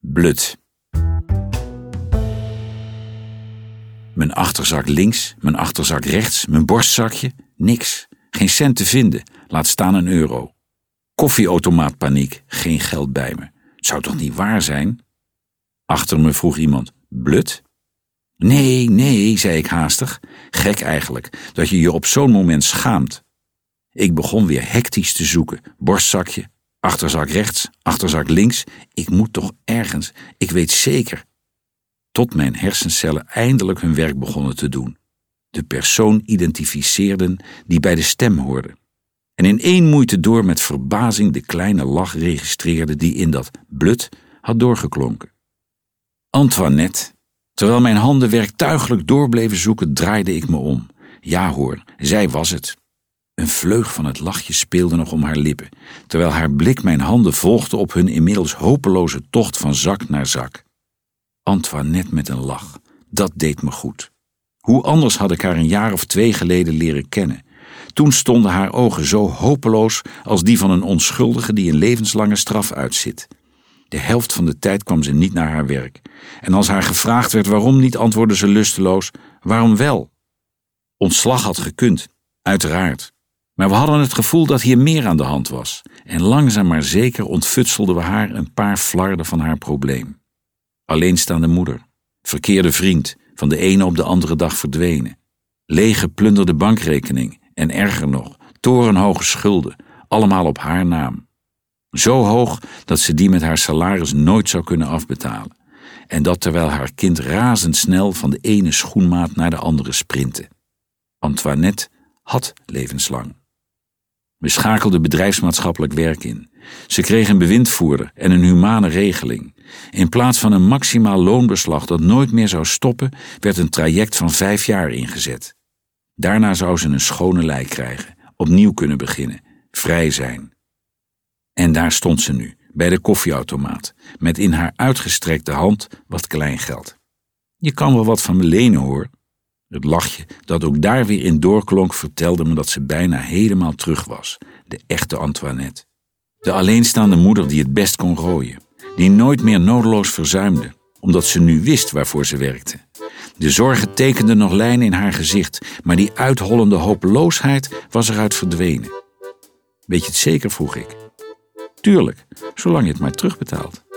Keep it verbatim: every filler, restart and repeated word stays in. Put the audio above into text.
Blut. Mijn achterzak links, mijn achterzak rechts, mijn borstzakje, niks. Geen cent te vinden, laat staan een euro. Koffieautomaatpaniek, geen geld bij me. Het zou toch niet waar zijn? Achter me vroeg iemand, blut? Nee, nee, zei ik haastig. Gek eigenlijk, dat je je op zo'n moment schaamt. Ik begon weer hectisch te zoeken. Borstzakje, achterzak rechts, achterzak links. Ik moet toch ergens, ik weet zeker. Tot mijn hersencellen eindelijk hun werk begonnen te doen. De persoon identificeerden die bij de stem hoorde. En in één moeite door met verbazing de kleine lach registreerde die in dat blut had doorgeklonken. Antoinette. Terwijl mijn handen werktuigelijk doorbleven zoeken, draaide ik me om. Ja hoor, zij was het. Een vleug van het lachje speelde nog om haar lippen, terwijl haar blik mijn handen volgde op hun inmiddels hopeloze tocht van zak naar zak. Antoinette met een lach, dat deed me goed. Hoe anders had ik haar een jaar of twee geleden leren kennen. Toen stonden haar ogen zo hopeloos als die van een onschuldige die een levenslange straf uitzit. De helft van de tijd kwam ze niet naar haar werk. En als haar gevraagd werd waarom niet, antwoordde ze lusteloos, waarom wel? Ontslag had gekund, uiteraard. Maar we hadden het gevoel dat hier meer aan de hand was. En langzaam maar zeker ontfutselden we haar een paar flarden van haar probleem. Alleenstaande moeder, verkeerde vriend, van de ene op de andere dag verdwenen. Lege plunderde bankrekening en erger nog, torenhoge schulden, allemaal op haar naam. Zo hoog dat ze die met haar salaris nooit zou kunnen afbetalen. En dat terwijl haar kind razendsnel van de ene schoenmaat naar de andere sprintte. Antoinette had levenslang. We schakelden bedrijfsmaatschappelijk werk in. Ze kreeg een bewindvoerder en een humane regeling. In plaats van een maximaal loonbeslag dat nooit meer zou stoppen, werd een traject van vijf jaar ingezet. Daarna zou ze een schone lei krijgen, opnieuw kunnen beginnen, vrij zijn. En daar stond ze nu, bij de koffieautomaat, met in haar uitgestrekte hand wat kleingeld. Je kan wel wat van me lenen, hoor. Het lachje, dat ook daar weer in doorklonk, vertelde me dat ze bijna helemaal terug was, de echte Antoinette. De alleenstaande moeder die het best kon rooien, die nooit meer nodeloos verzuimde, omdat ze nu wist waarvoor ze werkte. De zorgen tekenden nog lijnen in haar gezicht, maar die uithollende hopeloosheid was eruit verdwenen. Weet je het zeker, vroeg ik. Tuurlijk, zolang je het maar terugbetaalt.